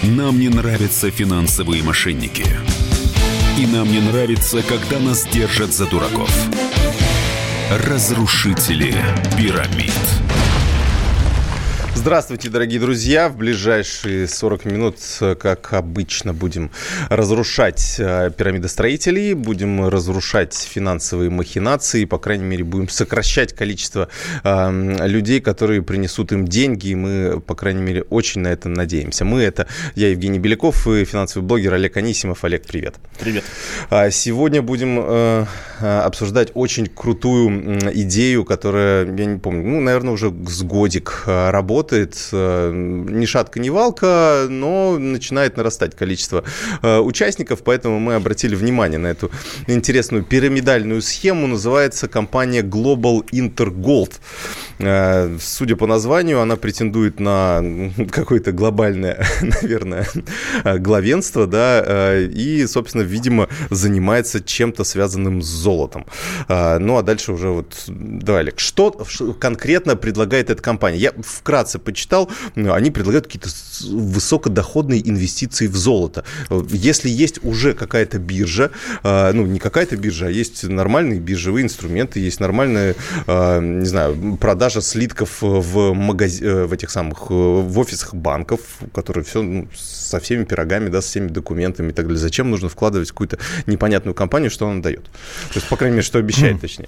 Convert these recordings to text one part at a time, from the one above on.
Нам не нравятся финансовые мошенники. И нам не нравится, когда нас держат за дураков. Разрушители пирамид. Здравствуйте, дорогие друзья. В ближайшие 40 минут, как обычно, будем разрушать пирамидостроителей, будем разрушать финансовые махинации, по крайней мере, будем сокращать количество людей, которые принесут им деньги, и мы, по крайней мере, очень на это надеемся. Я Евгений Беляков и финансовый блогер Олег Анисимов. Олег, привет. Привет. Сегодня будем обсуждать очень крутую идею, которая, я не помню, наверное, уже с годик работает. Ни шатка, ни валка, но начинает нарастать количество участников, поэтому мы обратили внимание на эту интересную пирамидальную схему. Называется компания Global Intergold. Судя по названию, она претендует на какое-то глобальное, наверное, главенство, да, и, собственно, видимо, занимается чем-то связанным с золотом. Ну, а дальше уже давай, Олег, что конкретно предлагает эта компания? Я вкратце почитал, они предлагают какие-то высокодоходные инвестиции в золото. Если есть уже какая-то биржа, не какая-то биржа, а есть нормальные биржевые инструменты, есть нормальная, не знаю, продажа слитков в офисах банков, которые все со всеми пирогами, да, со всеми документами и так далее. Зачем нужно вкладывать в какую-то непонятную компанию, что она дает? То есть, по крайней мере, что обещает, точнее.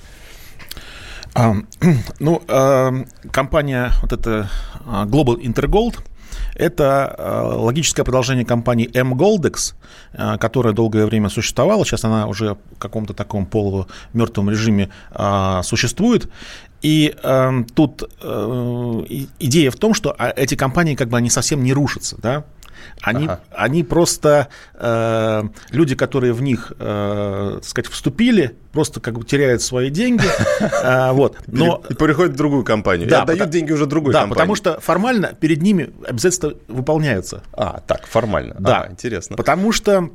Компания Global Intergold – это логическое продолжение компании M-Goldex, которая долгое время существовала. Сейчас она уже в каком-то таком полумертвом режиме существует. И тут идея в том, что эти компании они совсем не рушатся, да? Они просто, люди, которые в них, так сказать, вступили, просто теряют свои деньги. И переходят в другую компанию. Да, и отдают деньги уже другой компании. Да, потому что формально перед ними обязательства выполняются. Формально. Да, интересно. Потому что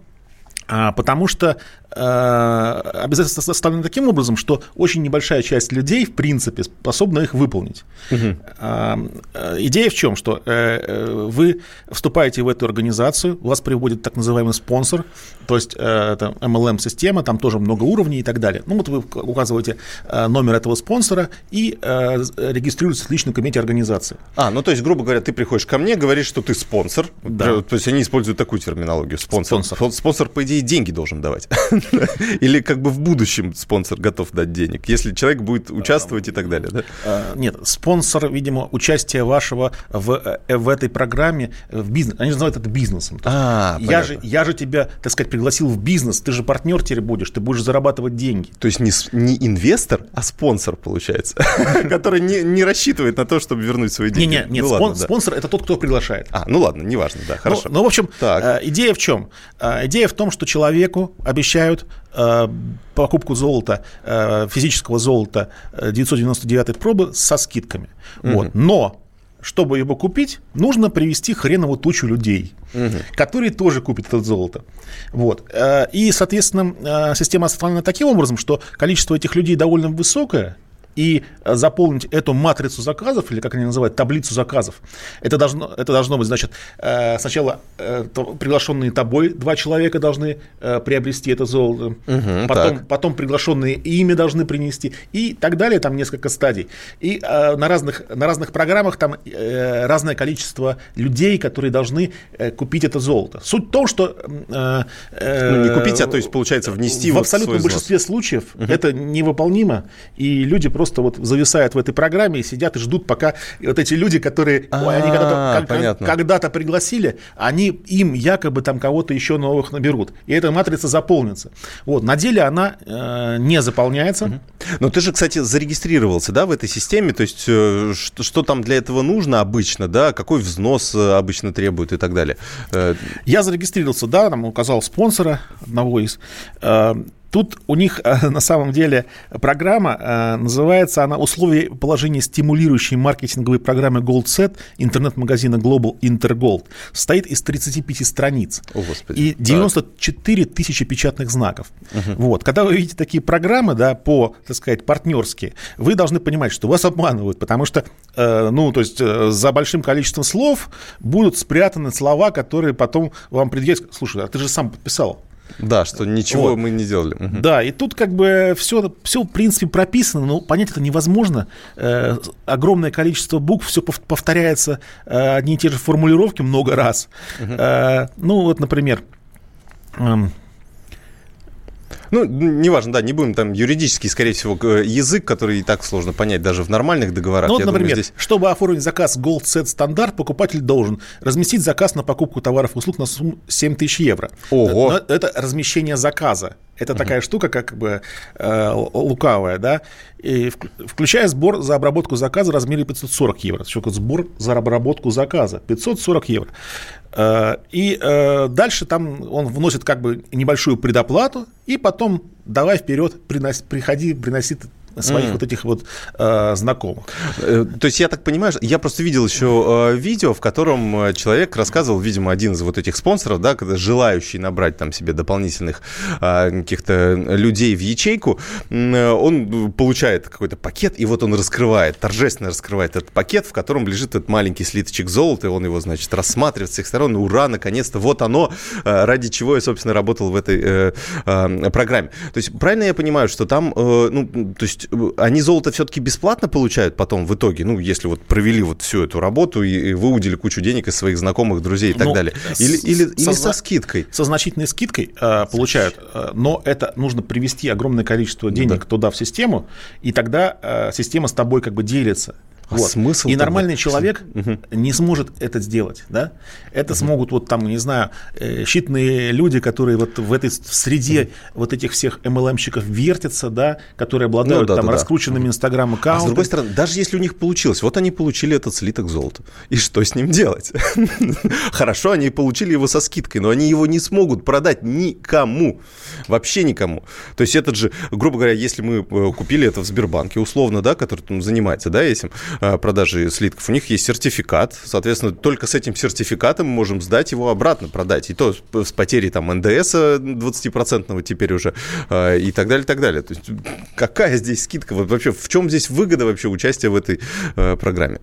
обязательства составлены таким образом, что очень небольшая часть людей, в принципе, способна их выполнить. Идея в чем? Что вы вступаете в эту организацию, вас приводит так называемый спонсор, то есть это MLM-система, там тоже много уровней и так далее. Вы указываете номер этого спонсора и регистрируетесь в личном кабинете организации. То есть, грубо говоря, ты приходишь ко мне, говоришь, что ты спонсор. Да. То есть они используют такую терминологию. Спонсор, по идее, деньги должен давать. Или в будущем спонсор готов дать денег, если человек будет участвовать и так далее, да? Нет, спонсор, видимо, участие вашего в этой программе в бизнесе. Они называют это бизнесом. Я же тебя, так сказать, пригласил в бизнес, ты же партнер теперь будешь, ты будешь зарабатывать деньги. То есть не инвестор, а спонсор, получается, который не рассчитывает на то, чтобы вернуть свои деньги. Нет, спонсор – это тот, кто приглашает. Ладно, неважно, да, хорошо. В общем, идея в чем? Идея в том, что человеку обещают покупку золота, физического золота 999 пробы со скидками. Но чтобы его купить, нужно привести хренову тучу людей, которые тоже купят это золото. И, соответственно, система составлена таким образом, что количество этих людей довольно высокое, и заполнить эту матрицу заказов, или как они называют, таблицу заказов, это должно быть, значит, сначала приглашенные тобой 2 человека должны приобрести это золото, потом приглашенные ими должны принести, и так далее, там несколько стадий. И на разных программах там разное количество людей, которые должны купить это золото. Суть в том, что... не купить, то есть, получается, внести в абсолютном большинстве случаев это невыполнимо, и люди просто зависают в этой программе и сидят и ждут, пока эти люди, которые они когда-то пригласили, им якобы там кого-то еще новых наберут. И эта матрица заполнится. На деле она не заполняется. Но ты же, кстати, зарегистрировался, да, в этой системе, то есть что там для этого нужно обычно, да, какой взнос обычно требует и так далее? Я зарегистрировался, да, там указал спонсора одного из... Тут у них на самом деле программа, называется она «Условия положения стимулирующей маркетинговой программы GoldSet» интернет-магазина Global Intergold. Состоит из 35 страниц и 94 тысячи печатных знаков. Вот. Когда вы видите такие программы, да, так сказать, партнерские, вы должны понимать, что вас обманывают, потому что за большим количеством слов будут спрятаны слова, которые потом вам предъявят. Слушай, а ты же сам подписал. Да, что ничего мы не делали. Да, и тут как бы все в принципе прописано, но понять это невозможно. Огромное количество букв, все повторяется, одни и те же формулировки много раз. Например... неважно, да, не будем там юридический, скорее всего, язык, который и так сложно понять даже в нормальных договорах. Например, чтобы оформить заказ GoldSet стандарт, покупатель должен разместить заказ на покупку товаров и услуг на сумму 7 тысяч евро. Ого! Это размещение заказа. Это такая штука, как бы лукавая, да, и включая сбор за обработку заказа в размере 540 евро. Сбор за обработку заказа 540 евро. И дальше там он вносит как бы небольшую предоплату, и потом давай вперед, приноси своих вот этих вот знакомых. То есть, я так понимаю, я просто видел еще видео, в котором человек рассказывал, видимо, один из вот этих спонсоров, да, когда желающий набрать там себе дополнительных каких-то людей в ячейку, он получает какой-то пакет, и вот он торжественно раскрывает этот пакет, в котором лежит этот маленький слиточек золота, и он его, значит, рассматривает с всех сторон, ура, наконец-то, вот оно, ради чего я, собственно, работал в этой программе. То есть, правильно я понимаю, что там, то есть, они золото все-таки бесплатно получают потом в итоге, если вот провели вот всю эту работу и выудили кучу денег из своих знакомых, друзей и так далее? Или со скидкой? Со значительной скидкой получают, но это нужно привести огромное количество денег туда в систему, и тогда система с тобой как бы делится. Смысл? И нормальный человек не сможет это сделать, да? Это смогут считанные люди, которые вот в этой среде вот этих всех MLM-щиков вертятся, да, которые обладают раскрученными Инстаграм-аккаунтами. А с другой стороны, даже если у них получилось, вот они получили этот слиток золота, и что с ним делать? Хорошо, они получили его со скидкой, но они его не смогут продать никому, вообще никому. То есть это же, грубо говоря, если мы купили это в Сбербанке, условно, да, который там занимается, да, этим, продажи слитков, у них есть сертификат, соответственно, только с этим сертификатом мы можем сдать его обратно, продать, и то с потерей там НДС 20% теперь уже, и так далее, и так далее. То есть какая здесь скидка? Вот вообще, в чем здесь выгода вообще участия в этой программе?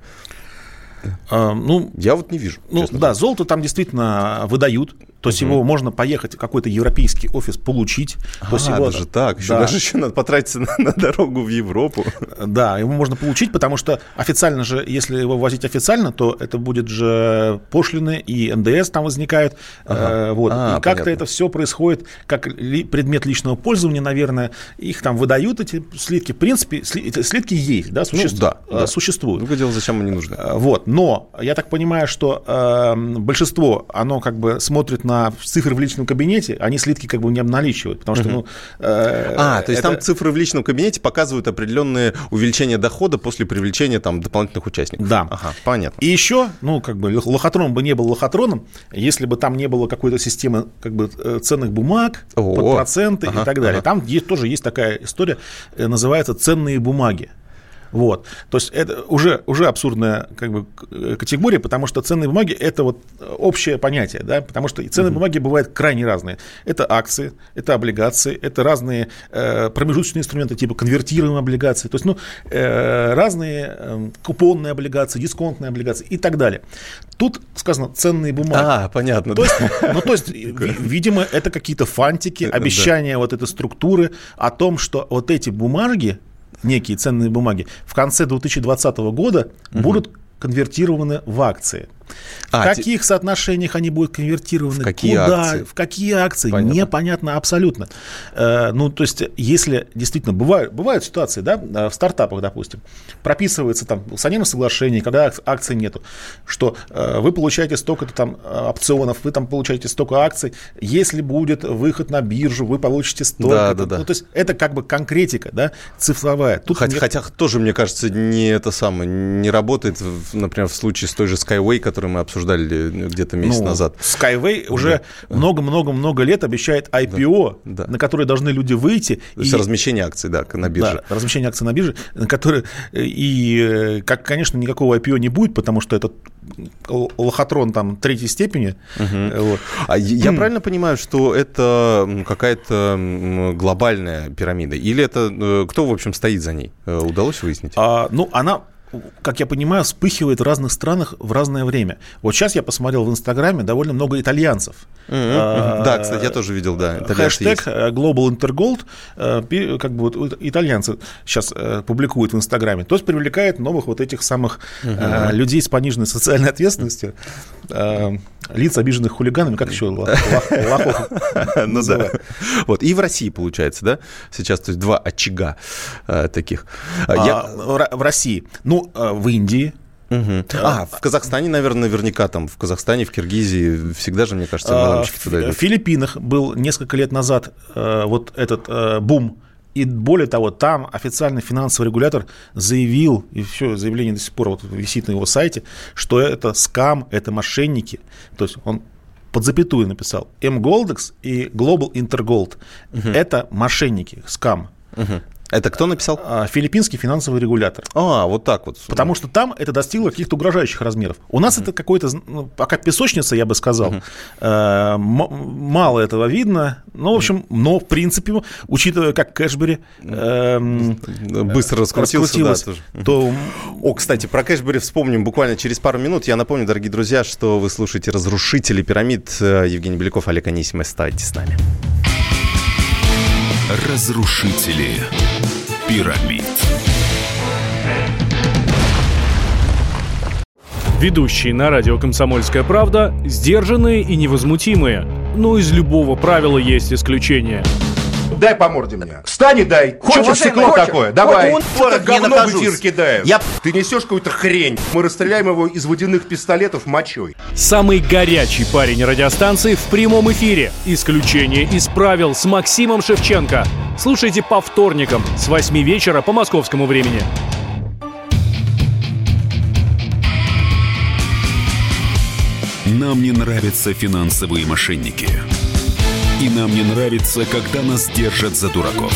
Я вот не вижу. Золото там действительно выдают. То есть его можно поехать в какой-то европейский офис получить. Даже так. Еще надо потратиться на дорогу в Европу. Да, его можно получить, потому что официально же, если его возить официально, то это будет же пошлины, и НДС там возникают. И как-то это все происходит как предмет личного пользования, наверное. Их там выдают, эти слитки. В принципе, слитки есть, да, существуют. Другое дело, зачем они нужны. Но я так понимаю, что большинство, оно как бы смотрит на цифры в личном кабинете, они слитки как бы не обналичивают, потому что, то есть там цифры в личном кабинете показывают определенные увеличения дохода после привлечения там дополнительных участников. Да. Понятно. И еще, лохотрон бы не был лохотроном, если бы там не было какой-то системы как бы ценных бумаг под проценты и так далее. Там тоже есть такая история, называется «ценные бумаги». То есть это уже абсурдная как бы категория, потому что ценные бумаги – это вот общее понятие, да? Потому что и ценные бумаги бывают крайне разные. Это акции, это облигации, это разные промежуточные инструменты типа конвертируемые облигации, то есть разные купонные облигации, дисконтные облигации и так далее. Тут сказано ценные бумаги. Понятно. То есть, видимо, это какие-то фантики, обещания вот этой структуры о том, что вот эти бумаги, некие ценные бумаги, в конце 2020 года будут конвертированы в акции. В каких соотношениях они будут конвертированы? В какие акции? В какие акции? Непонятно абсолютно. То есть, если действительно бывают ситуации, да, в стартапах, допустим, прописывается там в санитарном соглашении, когда акций нету, что вы получаете столько-то там опционов, вы там получаете столько акций, если будет выход на биржу, вы получите столько. Да. То есть, это как бы конкретика, да, цифровая. Хотя тоже, мне кажется, не работает, например, в случае с той же Skyway, которую который мы обсуждали где-то месяц назад. Skyway уже много-много-много лет обещает IPO, на который должны люди выйти. То есть размещение акций, на бирже. Да, размещение акций на бирже, которые, и, конечно, никакого IPO не будет, потому что это лохотрон там третьей степени. Вот. А я правильно понимаю, что это какая-то глобальная пирамида? Или это кто, в общем, стоит за ней? Удалось выяснить? Она, как я понимаю, вспыхивает в разных странах в разное время. Вот сейчас я посмотрел в Инстаграме довольно много итальянцев. Да, кстати, я тоже видел, хэштег Global Intergold, как бы вот итальянцы сейчас публикуют в Инстаграме. То есть привлекает новых вот этих самых людей с пониженной социальной ответственностью, лиц, обиженных хулиганами, как еще лохов называют. Вот, и в России, получается, да, сейчас, то есть 2 очага таких. В России. В Индии. В Казахстане, наверняка там, в Казахстане, в Киргизии всегда же, мне кажется, малышки туда идут. В Филиппинах был несколько лет назад вот этот бум, и более того, там официальный финансовый регулятор заявил, и все заявление до сих пор вот висит на его сайте, что это скам, это мошенники, то есть он под запятую написал, mGoldex и Global Intergold это мошенники, скам. Это кто написал? Филиппинский финансовый регулятор. Вот так вот. Потому что там это достигло каких-то угрожающих размеров. У нас это какой-то, пока песочница, я бы сказал. Мало этого видно. В общем, в принципе, учитывая, как Кэшбери быстро раскрутилось, то... Кстати, про Кэшбери вспомним буквально через пару минут. Я напомню, дорогие друзья, что вы слушаете «Разрушители пирамид». Евгений Беляков, Олег Анисимов. Оставайтесь с нами. Разрушители пирамид. Ведущие на радио «Комсомольская правда» сдержанные и невозмутимые. Но из любого правила есть исключение. Дай по морде мне. Встань и дай. Хочешь стекло такое? Давай. Это говно в эфир кидаешь. Ты несешь какую-то хрень. Мы расстреляем его из водяных пистолетов мочой. Самый горячий парень радиостанции в прямом эфире. Исключение из правил с Максимом Шевченко. Слушайте по вторникам с 8 вечера по московскому времени. Нам не нравятся финансовые мошенники. И нам не нравится, когда нас держат за дураков.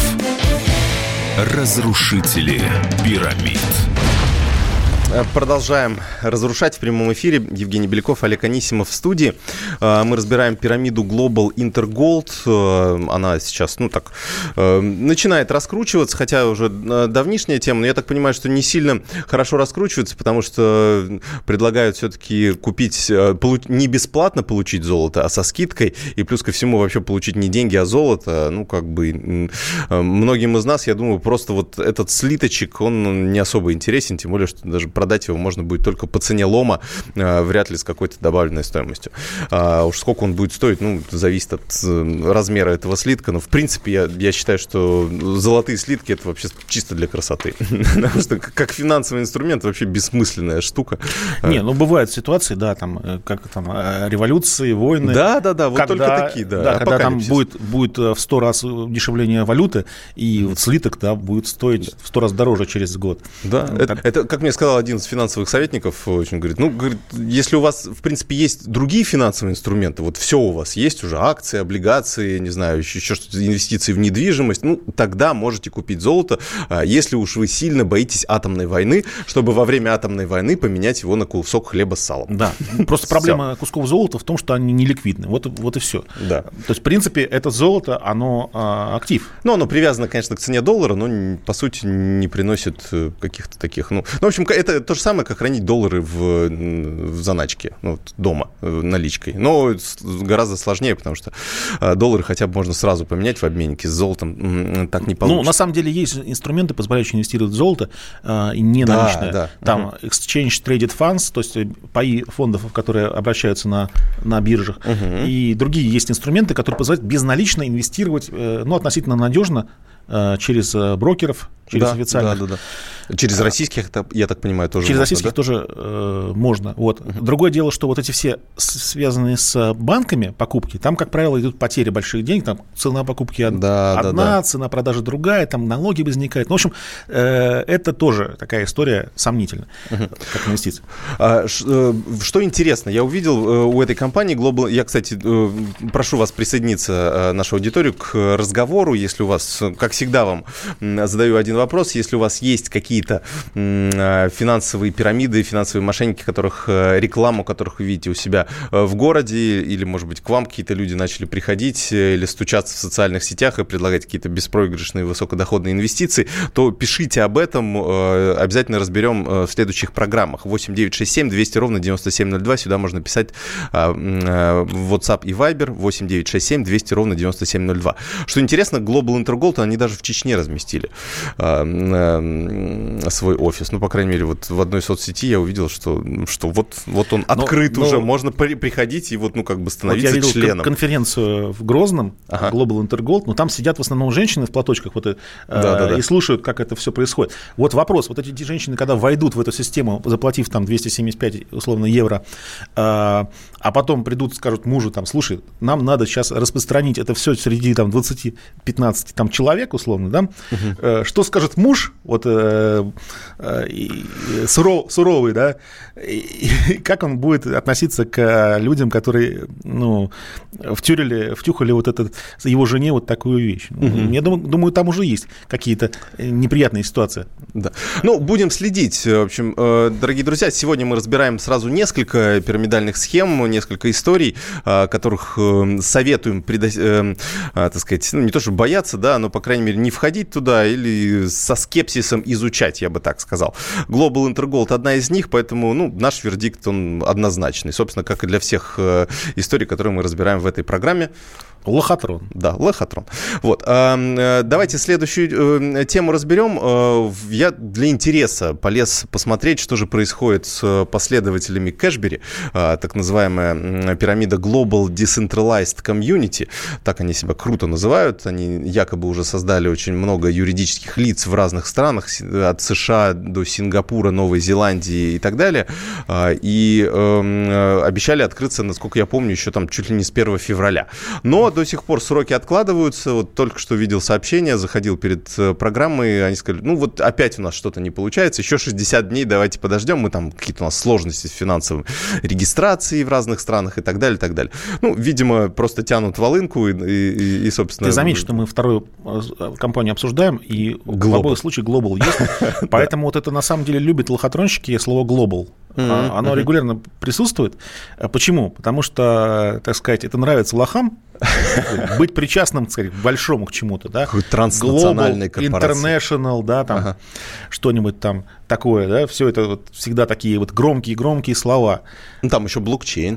Разрушители пирамид. Продолжаем разрушать в прямом эфире. Евгений Беляков, Олег Анисимов в студии. Мы разбираем пирамиду Global Intergold. Она сейчас, начинает раскручиваться, хотя уже давнишняя тема, но я так понимаю, что не сильно хорошо раскручивается, потому что предлагают все-таки купить, не бесплатно получить золото, а со скидкой, и плюс ко всему вообще получить не деньги, а золото. Многим из нас, я думаю, просто вот этот слиточек, он не особо интересен, тем более, что даже продать его можно будет только по цене лома, вряд ли с какой-то добавленной стоимостью. Уж сколько он будет стоить, зависит от размера этого слитка, но в принципе я считаю, что золотые слитки это вообще чисто для красоты, потому что как финансовый инструмент вообще бессмысленная штука. Бывают ситуации, как революции, войны. Да, вот только такие, когда там будет в 100 раз дешевление валюты, и слиток, будет стоить в 100 раз дороже через год. Да, это, как мне сказал один из финансовых советников, говорит, если у вас, в принципе, есть другие финансовые инструменты, вот все у вас есть уже, акции, облигации, не знаю, еще что-то, инвестиции в недвижимость, тогда можете купить золото, если уж вы сильно боитесь атомной войны, чтобы во время атомной войны поменять его на кусок хлеба с салом. Да, просто проблема кусков золота в том, что они не ликвидны, вот и все. Да. То есть, в принципе, это золото, оно актив. Оно привязано, конечно, к цене доллара, но, по сути, не приносит каких-то таких, в общем, это то же самое, как хранить доллары в заначке, дома, наличкой. Но гораздо сложнее, потому что доллары хотя бы можно сразу поменять в обменнике, с золотом так не получится. На самом деле есть инструменты, позволяющие инвестировать в золото, и не наличное. Да. Там Exchange Traded Funds, то есть паи фондов, которые обращаются на биржах, и другие есть инструменты, которые позволяют безналично инвестировать, относительно надежно, через брокеров, через официальных. Да. Через российских, я так понимаю, тоже через можно, российских да? тоже можно. Вот. Другое дело, что вот эти все связанные с банками покупки, там, как правило, идут потери больших денег, там цена покупки одна, цена продажи другая, там налоги возникают. Ну, в общем, это тоже такая история сомнительная, как инвестиция. Что интересно, я увидел у этой компании Global... Я, кстати, прошу вас присоединиться, нашу аудиторию, к разговору, если у вас, как всегда, вам задаю один вопрос, если у вас есть какие-то финансовые пирамиды, финансовые мошенники, рекламу которых вы видите у себя в городе, или, может быть, к вам какие-то люди начали приходить или стучаться в социальных сетях и предлагать какие-то беспроигрышные высокодоходные инвестиции, то пишите об этом, обязательно разберем в следующих программах. 8-967-200-97-02, сюда можно писать в WhatsApp и Viber, 8-967-200-97-02. Что интересно, Global Intergold, они даже в Чечне разместили свой офис. Ну, по крайней мере, вот в одной соцсети я увидел, что вот он открыт уже, можно приходить и становиться я видел членом. Конференцию в Грозном, Global Intergold, но там сидят в основном женщины в платочках и слушают, как это все происходит. Вот вопрос, вот эти женщины, когда войдут в эту систему, заплатив там 275 условно евро, а потом придут и скажут мужу, там, слушай, нам надо сейчас распространить это все среди там 20-15 там, человек, условно, да? Что скажет муж, вот суровый, да, и как он будет относиться к людям, которые, втюхали вот его жене вот такую вещь. Я думаю, там уже есть какие-то неприятные ситуации. Да. Будем следить. В общем, дорогие друзья, сегодня мы разбираем сразу несколько пирамидальных схем, несколько историй, которых советуем, так сказать, не то чтобы бояться, да, но, по крайней мере, не входить туда или со скепсисом изучать, я бы так сказал. Global Intergold одна из них, поэтому, наш вердикт, он однозначный. Собственно, как и для всех историй, которые мы разбираем в этой программе. Лохотрон. Да, лохотрон. Вот. Давайте следующую тему разберем. Я для интереса полез посмотреть, что же происходит с последователями Кэшбери, так называемая пирамида Global Decentralized Community. Так они себя круто называют. Они якобы уже создали очень много юридических лиц в разных странах, от США до Сингапура, Новой Зеландии и так далее. И обещали открыться, насколько я помню, еще там чуть ли не с 1 февраля. Но до сих пор сроки откладываются. Вот только что видел сообщение, заходил перед программой, они сказали, опять у нас что-то не получается, еще 60 дней, давайте подождем, мы там какие-то у нас сложности с финансовой регистрацией в разных странах и так далее, и так далее. Видимо, просто тянут волынку и собственно... Ты заметь, что мы вторую компанию обсуждаем, и в обоих случаях Global есть, поэтому вот это на самом деле любят лохотронщики слово Global. Оно регулярно присутствует. Почему? Потому что, так сказать, это нравится лохам, быть причастным, так сказать, к большому к чему-то, да? Транснациональной корпорации. International, да, там что-нибудь там такое, да, все это всегда такие громкие слова. Там еще блокчейн.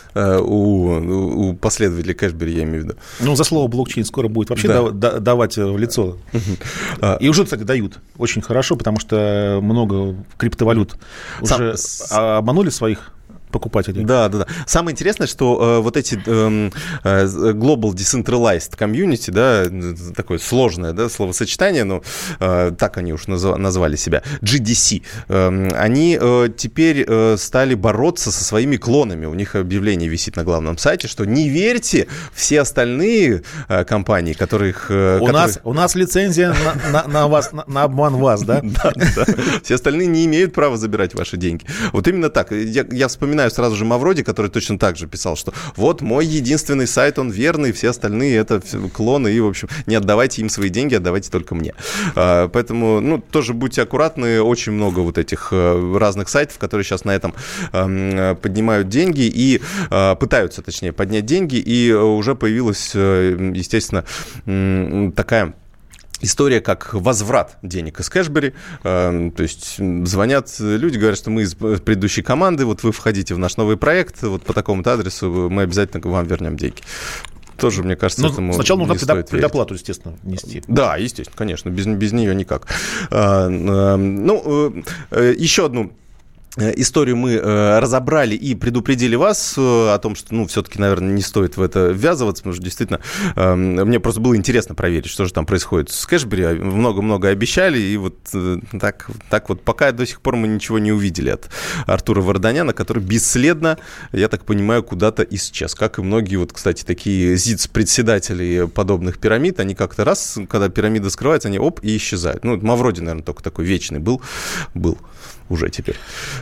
У последователей Кэшбери, я имею в виду. За слово блокчейн скоро будет вообще давать в лицо. И уже, кстати, дают очень хорошо, потому что много криптовалют уже обманули своих покупателей. Да. Самое интересное, что вот эти Global Decentralized Community, да, такое сложное, да, словосочетание, но так они уж назвали себя, GDC, они теперь стали бороться со своими клонами. У них объявление висит на главном сайте, что не верьте, все остальные компании, которых... У нас лицензия на обман вас, да? Да. Все остальные не имеют права забирать ваши деньги. Вот именно так. Я вспоминаю сразу же Мавроди, который точно так же писал, что вот мой единственный сайт, он верный, все остальные это клоны, и, в общем, не отдавайте им свои деньги, отдавайте только мне. Поэтому, тоже будьте аккуратны, очень много вот этих разных сайтов, которые сейчас на этом поднимают деньги и пытаются, точнее, поднять деньги, и уже появилась, естественно, такая история, как возврат денег из Кэшбери. То есть звонят люди, говорят, что мы из предыдущей команды, вот вы входите в наш новый проект, вот по такому-то адресу мы обязательно вам вернем деньги. Тоже, мне кажется, этому сначала нужно предоплату, естественно, нести. Да, естественно, конечно, без нее никак. Еще одну историю мы разобрали и предупредили вас о том, что, все-таки, наверное, не стоит в это ввязываться, потому что, действительно, мне просто было интересно проверить, что же там происходит с Кэшбери. Много-много обещали, и вот так вот пока до сих пор мы ничего не увидели от Артура Варданяна, который бесследно, я так понимаю, куда-то исчез. Как и многие, вот, кстати, такие ЗИЦ-председатели подобных пирамид, они как-то раз, когда пирамида скрывается, они и исчезают. Мавроди, наверное, только такой вечный был уже теперь.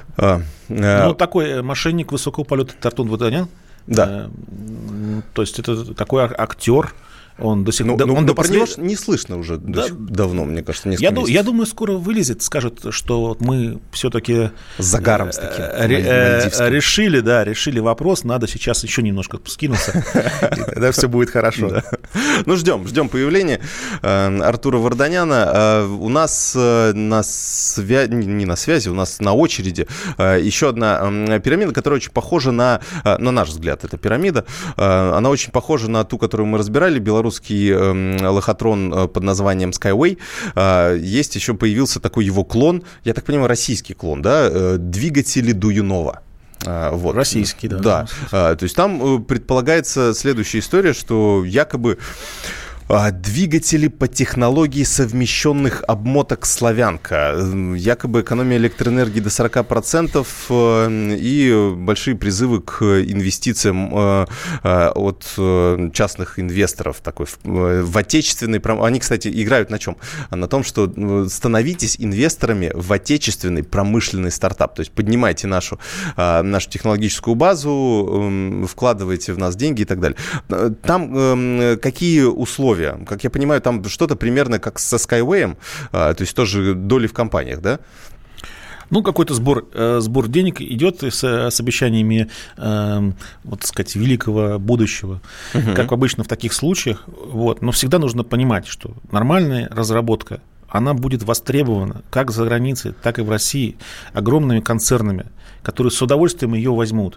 Такой мошенник высокого полета Артур Варданян. Да. То есть это такой актер. Он до сих пор... про него не слышно уже давно, мне кажется, несколько месяцев. Я думаю, скоро вылезет, скажет, что мы все-таки... С загаром с таким решили вопрос, надо сейчас еще немножко скинуться, и тогда все будет хорошо. Ждем появления Артура Варданяна. У нас не на связи, у нас на очереди еще одна пирамида, которая очень похожа на наш взгляд, эта пирамида, она очень похожа на ту, которую мы разбирали, белорусский лохотрон под названием Skyway. Есть еще появился такой его клон, я так понимаю, российский клон, да, двигатели Дуюнова. Вот. Российский, да. Да, то есть там предполагается следующая история, что якобы двигатели по технологии совмещенных обмоток «Славянка». Якобы экономия электроэнергии до 40% и большие призывы к инвестициям от частных инвесторов в отечественный... Они, кстати, играют на чем? На том, что становитесь инвесторами в отечественный промышленный стартап. То есть поднимайте нашу технологическую базу, вкладывайте в нас деньги и так далее. Там какие условия? Как я понимаю, там что-то примерно как со Skyway, то есть тоже доли в компаниях, да? Какой-то сбор денег идет с обещаниями, так сказать, великого будущего, как обычно в таких случаях. Но всегда нужно понимать, что нормальная разработка, она будет востребована как за границей, так и в России огромными концернами, которые с удовольствием ее возьмут.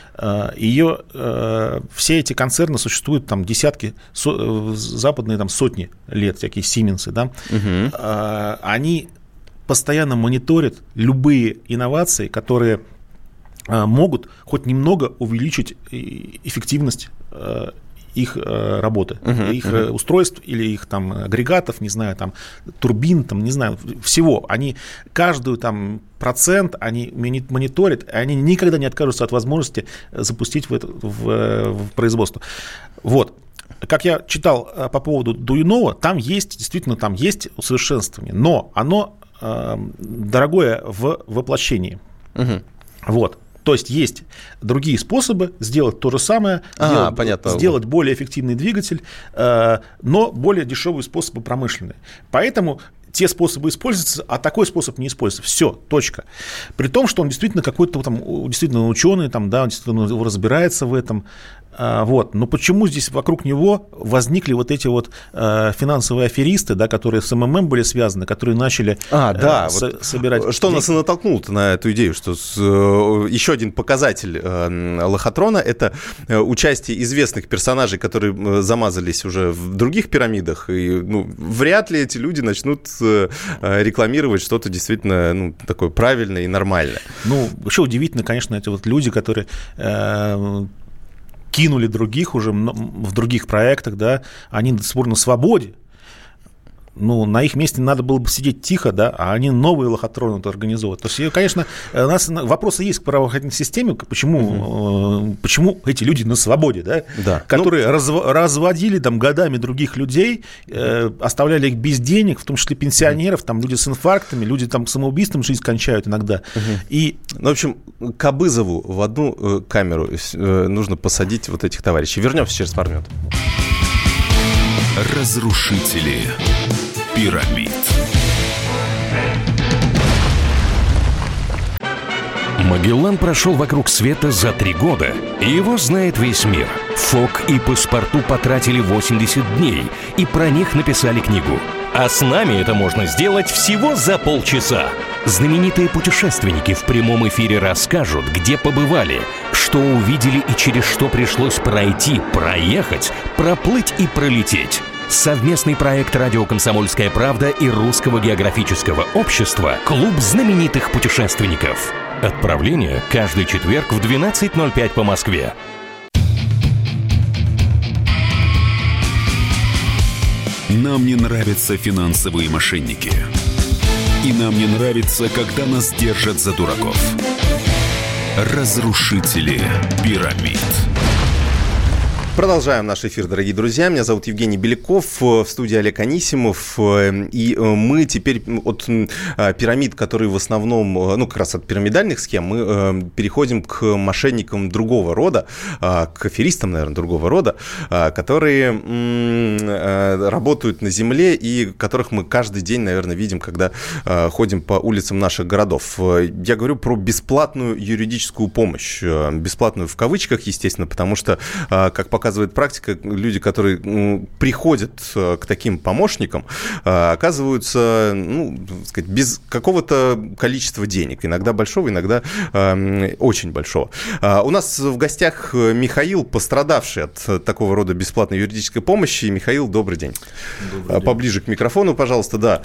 Все эти концерны существуют там десятки, западные там сотни лет, всякие Сименсы, да, они постоянно мониторят любые инновации, которые могут хоть немного увеличить эффективность их работы, их устройств или их там агрегатов, не знаю, там турбин, там, не знаю, всего. Они каждую там процент они мониторят, и они никогда не откажутся от возможности запустить в производство. Как я читал по поводу Дуюнова, там есть, действительно, там есть усовершенствование, но оно дорогое в воплощении. То есть есть другие способы сделать то же самое, сделать более эффективный двигатель, но более дешевые способы промышленные. Поэтому те способы используются, а такой способ не используется. Все, точка. При том, что он действительно какой-то там, действительно ученый, там, да, он действительно разбирается в этом. Но почему здесь вокруг него возникли вот эти вот финансовые аферисты, да, которые с МММ были связаны, которые начали собирать... Что нас и натолкнуло на эту идею, что еще один показатель лохотрона – это участие известных персонажей, которые замазались уже в других пирамидах, и вряд ли эти люди начнут рекламировать что-то действительно такое правильное и нормальное. Вообще удивительно, конечно, эти вот люди, которые... кинули других уже в других проектах, да, они до сих пор на свободе. На их месте надо было бы сидеть тихо, да, а они новые лохотроны организовывают. То есть, конечно, у нас вопросы есть к правоохранительной системе, почему эти люди на свободе, да, которые разводили там годами других людей, оставляли их без денег, в том числе пенсионеров, там люди с инфарктами, люди там самоубийством жизнь кончают иногда. И... в общем, Кабызову в одну камеру нужно посадить вот этих товарищей. Вернемся через пару минут. Разрушители пирамид. Магеллан прошел вокруг света за 3 года, и его знает весь мир. Фок и Паспарту потратили 80 дней, и про них написали книгу. А с нами это можно сделать всего за полчаса. Знаменитые путешественники в прямом эфире расскажут, где побывали, что увидели и через что пришлось пройти, проехать, проплыть и пролететь. Совместный проект «Радио Комсомольская правда» и Русского географического общества «Клуб знаменитых путешественников». Отправление каждый четверг в 12:05 по Москве. Нам не нравятся финансовые мошенники. И нам не нравится, когда нас держат за дураков. Разрушители пирамид. Продолжаем наш эфир, дорогие друзья. Меня зовут Евгений Беляков, в студии Олег Анисимов. И мы теперь от пирамид, которые в основном, как раз от пирамидальных схем, мы переходим к мошенникам другого рода, к аферистам, наверное, другого рода, которые работают на земле и которых мы каждый день, наверное, видим, когда ходим по улицам наших городов. Я говорю про бесплатную юридическую помощь. Бесплатную в кавычках, естественно, потому что, как показывает практика, люди, которые приходят к таким помощникам, оказываются, без какого-то количества денег. Иногда большого, иногда очень большого. У нас в гостях Михаил, пострадавший от такого рода бесплатной юридической помощи. Михаил, добрый день. Добрый день. Поближе к микрофону, пожалуйста, да.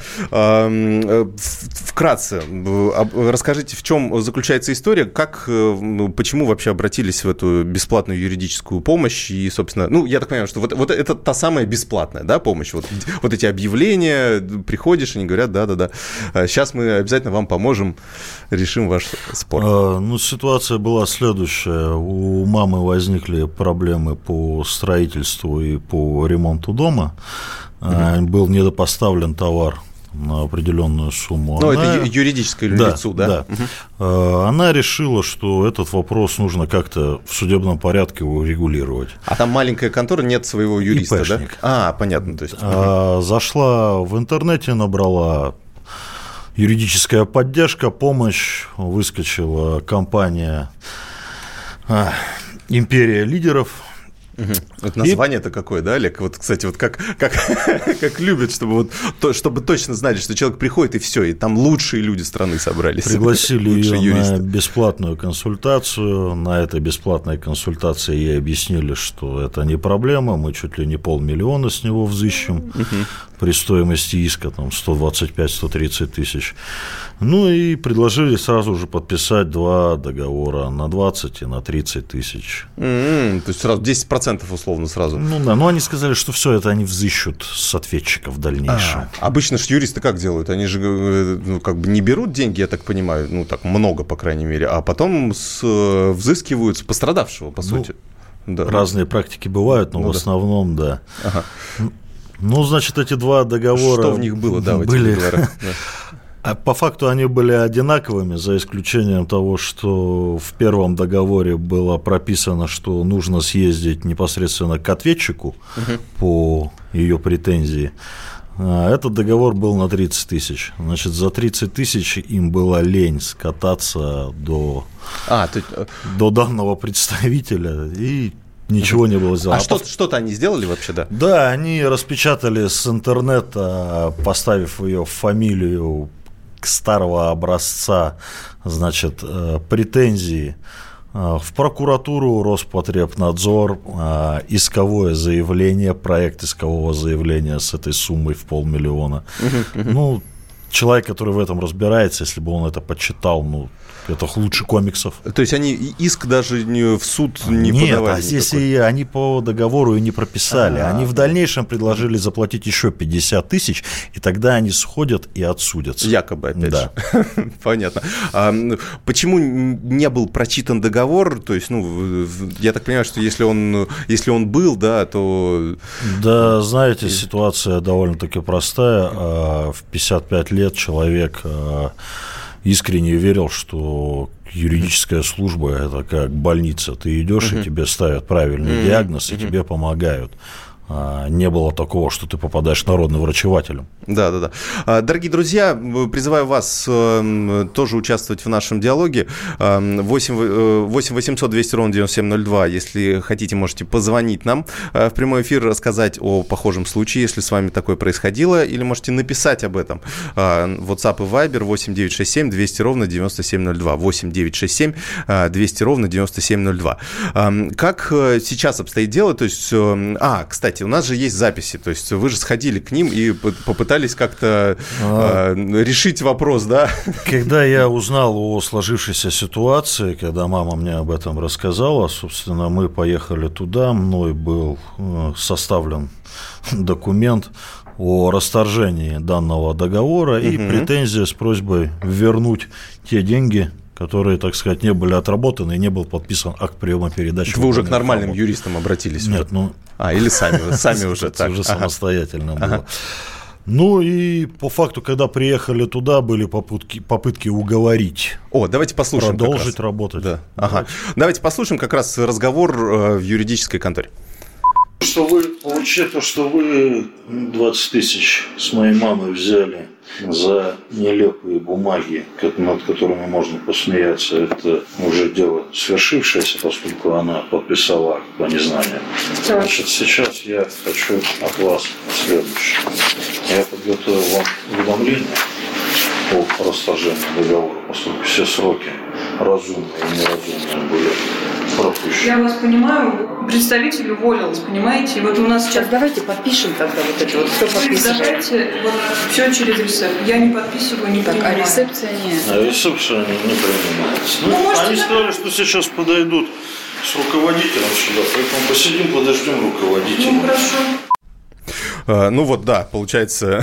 Вкратце, расскажите, в чем заключается история, почему вообще обратились в эту бесплатную юридическую помощь? И, собственно, я так понимаю, что вот это та самая бесплатная, да, помощь. Вот эти объявления, приходишь, они говорят, да, сейчас мы обязательно вам поможем, решим ваш спор. Ситуация была следующая. У мамы возникли проблемы по строительству и по ремонту дома. Был недопоставлен товар на определенную сумму. Это юридическое лицо, да? Да. Она решила, что этот вопрос нужно как-то в судебном порядке урегулировать. А там маленькая контора, нет своего юриста, ИПшник. Да? Понятно. То есть. Зашла в интернете, набрала юридическая поддержка, помощь, выскочила компания «Империя лидеров». Это название-то какое, да, Олег? Вот, кстати, как любят, чтобы точно знали, что человек приходит, и все, и там лучшие люди страны собрались. Пригласили ее на бесплатную консультацию. На этой бесплатной консультации ей объяснили, что это не проблема, мы чуть ли не 500 000 с него взыщем при стоимости иска, 125-130 тысяч. И предложили сразу же подписать 2 договора на 20 и на 30 тысяч. То есть сразу 10% условно сразу. Они сказали, что все это они взыщут с ответчика в дальнейшем. Обычно же юристы как делают? Они же не берут деньги, я так понимаю, так много, по крайней мере, а потом взыскивают с пострадавшего, по сути. Да. Разные практики бывают, но в основном, да. Ага. Эти 2 договора... Что в них было, да, в этих договорах? По факту они были одинаковыми, за исключением того, что в первом договоре было прописано, что нужно съездить непосредственно к ответчику по ее претензии. Этот договор был на 30 тысяч. За 30 тысяч им было лень скататься до данного представителя, и ничего не было сделано. Что-то они сделали вообще, да? Да, они распечатали с интернета, поставив ее в фамилию старого образца, претензии в прокуратуру, Роспотребнадзор, исковое заявление, проект искового заявления с этой суммой в 500 000. Человек, который в этом разбирается, если бы он это почитал, это лучше комиксов. То есть они иск даже в суд не подавали? Нет, здесь они по договору и не прописали. Они в дальнейшем предложили заплатить еще 50 тысяч, и тогда они сходят и отсудятся. Якобы, опять же. Понятно. Почему не был прочитан договор? То есть, я так понимаю, что если он был, да, то... Да, знаете, ситуация довольно-таки простая. В 55 лет человек... искренне верил, что юридическая служба – это как больница. Ты идешь, и тебе ставят правильный диагноз, и тебе помогают. Не было такого, что ты попадаешь народным врачевателем. Да. Дорогие друзья, призываю вас тоже участвовать в нашем диалоге. 8 800 200 ровно 9702. Если хотите, можете позвонить нам в прямой эфир, рассказать о похожем случае, если с вами такое происходило, или можете написать об этом. WhatsApp и Viber 8 967 200 ровно 9702. 8 967 200 ровно 9702. Как сейчас обстоит дело? То есть, кстати, кстати, у нас же есть записи, то есть вы же сходили к ним и попытались как-то решить вопрос, да? Когда я узнал о сложившейся ситуации, когда мама мне об этом рассказала, собственно, мы поехали туда, мной был составлен документ о расторжении данного договора и претензия с просьбой вернуть те деньги, которые, так сказать, не были отработаны, и не был подписан акт приема передачи. Вы уже к нормальным юристам обратились? Нет, или сами уже так? Уже самостоятельно было. Ну и по факту, когда приехали туда, были попытки уговорить. Давайте послушаем. Продолжить работать. Да. Давайте послушаем как раз разговор в юридической конторе. Что вы, получается, что вы 20 тысяч с моей мамой взяли за нелепые бумаги, над которыми можно посмеяться, это уже дело свершившееся, поскольку она подписала по незнанию. Значит, сейчас я хочу от вас следующее. Я подготовил вам уведомление о расторжении договора, поскольку все сроки разумные и неразумные были пропущены. Я вас понимаю, представитель уволилась, понимаете? И вот у нас сейчас... Давайте подпишем тогда вот это вот. Кто подписывает? Давайте все через рецепт. Я не подписываю, не принимаю. А рецепция нет. А рецепция не принимается. Они сказали, что сейчас подойдут с руководителем сюда, поэтому посидим, подождем руководителя. Хорошо. Получается,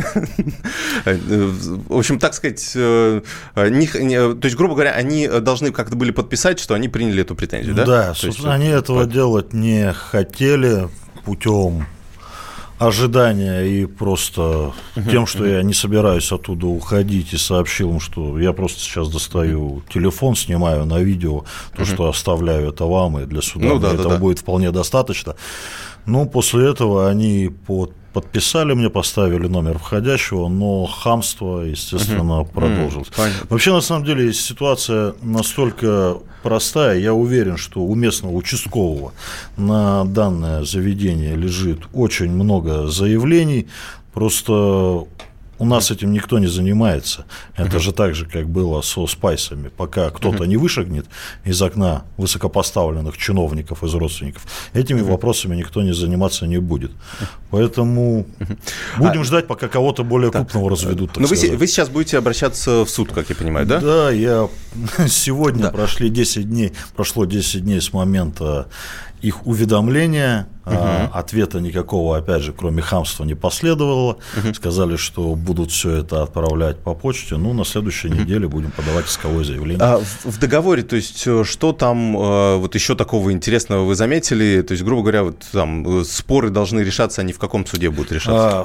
в общем, так сказать, то есть, грубо говоря, они должны как-то были подписать, что они приняли эту претензию, да? Да, собственно, они этого делать не хотели путем ожидания и просто тем, что я не собираюсь оттуда уходить, и сообщил им, что я просто сейчас достаю телефон, снимаю на видео то, что оставляю это вам, и для суда этого будет вполне достаточно. После этого они подписали мне, поставили номер входящего, но хамство, естественно, продолжилось. Вообще, на самом деле, ситуация настолько простая. Я уверен, что у местного участкового на данное заведение лежит очень много заявлений. Просто у нас этим никто не занимается. Это же так же, как было со спайсами. Пока кто-то не вышагнет из окна высокопоставленных чиновников из родственников, этими вопросами никто не заниматься не будет. Поэтому будем ждать, пока кого-то более крупного разведут. Но вы сейчас будете обращаться в суд, как я понимаю, да? Да, сегодня прошло 10 дней с момента их уведомления, ответа никакого, опять же, кроме хамства, не последовало. Сказали, что будут все это отправлять по почте. На следующей неделе будем подавать исковое заявление. В договоре, то есть, что там вот еще такого интересного вы заметили? То есть, грубо говоря, вот там споры должны решаться, они в каком суде будут решаться?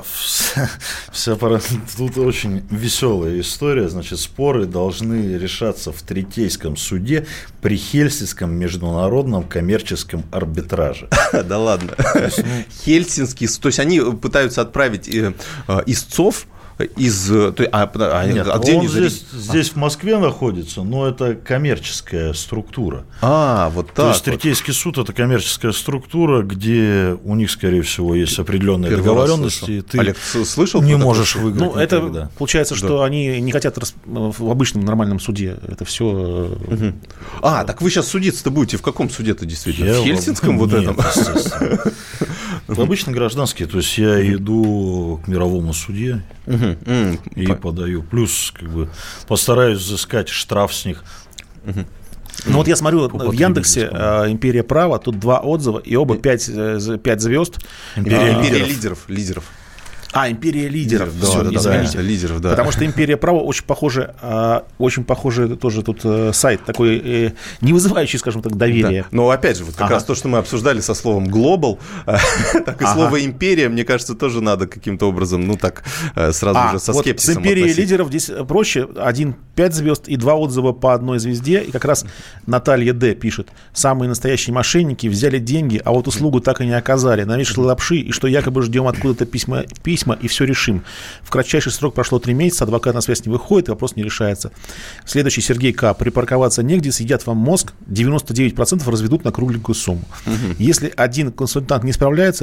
Тут очень веселая история. Значит, споры должны решаться в Третейском суде при Хельсинском международном коммерческом арбитраже. Да ладно. Хельсинский, то есть они пытаются отправить истцов из... Нет, где он здесь в Москве находится, но это коммерческая структура. Вот так. То есть Третейский суд – это коммерческая структура, где у них, скорее всего, есть определенные договоренности, и ты Олег, слышал, не можешь выиграть никогда. Это получается, что они не хотят в обычном нормальном суде. Это все... Так вы сейчас судиться-то будете в каком суде-то действительно? В Хельсинском вот этом? Обычно гражданский, то есть я иду к мировому судье и подаю. Плюс постараюсь взыскать штраф с них. Я смотрю в Яндексе «Империя права», тут 2 отзыва, и оба 5 звезд. Империя лидеров. «Империя лидеров». Извините. Лидеров, да. Потому что «Империя права» очень похоже тоже тут сайт такой, не вызывающий, скажем так, доверия. Да. Но опять же, вот как раз то, что мы обсуждали со словом «глобал», так и слово «империя», мне кажется, тоже надо каким-то образом, сразу же со скепсисом с «Империей лидеров» здесь проще. 5 звезд и 2 отзыва по 1 звезде. И как раз Наталья Д. пишет: самые настоящие мошенники взяли деньги, а вот услугу так и не оказали. Навешали лапши, и что якобы ждем откуда-то письма, и все решим. В кратчайший срок прошло 3 месяца, адвокат на связь не выходит, и вопрос не решается. Следующий Сергей К. Припарковаться негде, съедят вам мозг, 99% разведут на кругленькую сумму. Если один консультант не справляется,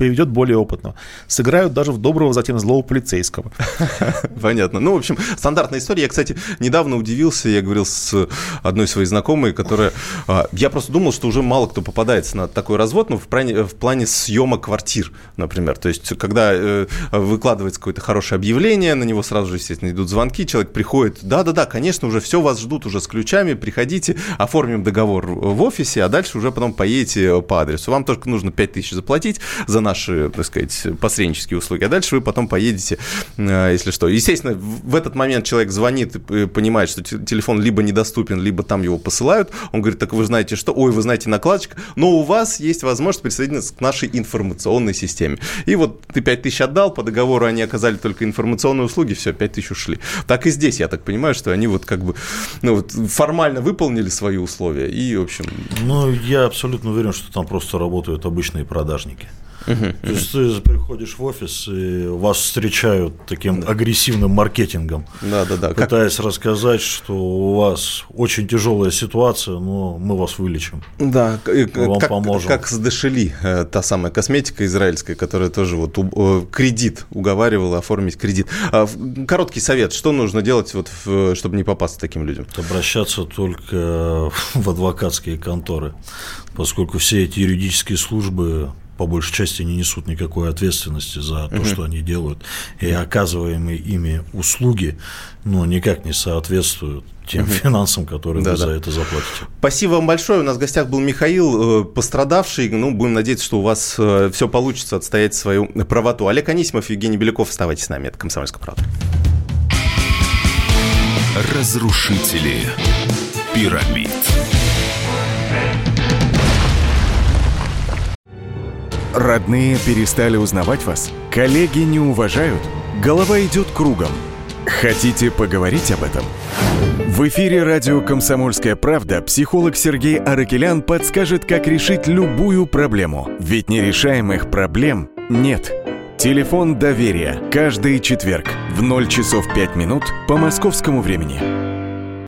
приведет более опытного. Сыграют даже в доброго, затем злого полицейского. Понятно. Ну, в общем, стандартная история. Я, кстати, недавно удивился, я говорил с одной своей знакомой, которая... Я просто думал, что уже мало кто попадается на такой развод, но в плане съема квартир, например. То есть, когда выкладывается какое-то хорошее объявление, на него сразу же, естественно, идут звонки, человек приходит, да-да-да, конечно, уже все, вас ждут уже с ключами, приходите, оформим договор в офисе, а дальше уже потом поедете по адресу. Вам только нужно 5000 заплатить за наши, так сказать, посреднические услуги, а дальше вы потом поедете, если что. Естественно, в этот момент человек звонит и понимает, что телефон либо недоступен, либо там его посылают. Он говорит, так вы знаете что? Ой, вы знаете накладочка, но у вас есть возможность присоединиться к нашей информационной системе. И вот ты 5000 отдал, по договору они оказали только информационные услуги, все, 5000 ушли. Так и здесь, я так понимаю, что они вот как бы формально выполнили свои условия и, в общем... Ну, я абсолютно уверен, что там просто работают обычные продажники. То есть ты приходишь в офис, и вас встречают таким агрессивным маркетингом, пытаясь рассказать, что у вас очень тяжелая ситуация, но мы вас вылечим. Да, вам поможем. Как с Дешели, та самая косметика израильская, которая тоже вот кредит уговаривала оформить кредит. Короткий совет, что нужно делать, вот, чтобы не попасться таким людям? Обращаться только в адвокатские конторы, поскольку все эти юридические службы по большей части не несут никакой ответственности за то, что они делают, и оказываемые ими услуги, никак не соответствуют тем финансам, которые вы за это заплатите. Спасибо вам большое. У нас в гостях был Михаил, пострадавший. Будем надеяться, что у вас все получится отстоять свою правоту. Олег Анисимов, Евгений Беляков. Оставайтесь с нами. Это «Комсомольская правда». Разрушители пирамид. Родные перестали узнавать вас? Коллеги не уважают? Голова идет кругом. Хотите поговорить об этом? В эфире радио «Комсомольская правда» психолог Сергей Аракелян подскажет, как решить любую проблему. Ведь нерешаемых проблем нет. Телефон доверия. Каждый четверг в 0 часов 5 минут по московскому времени.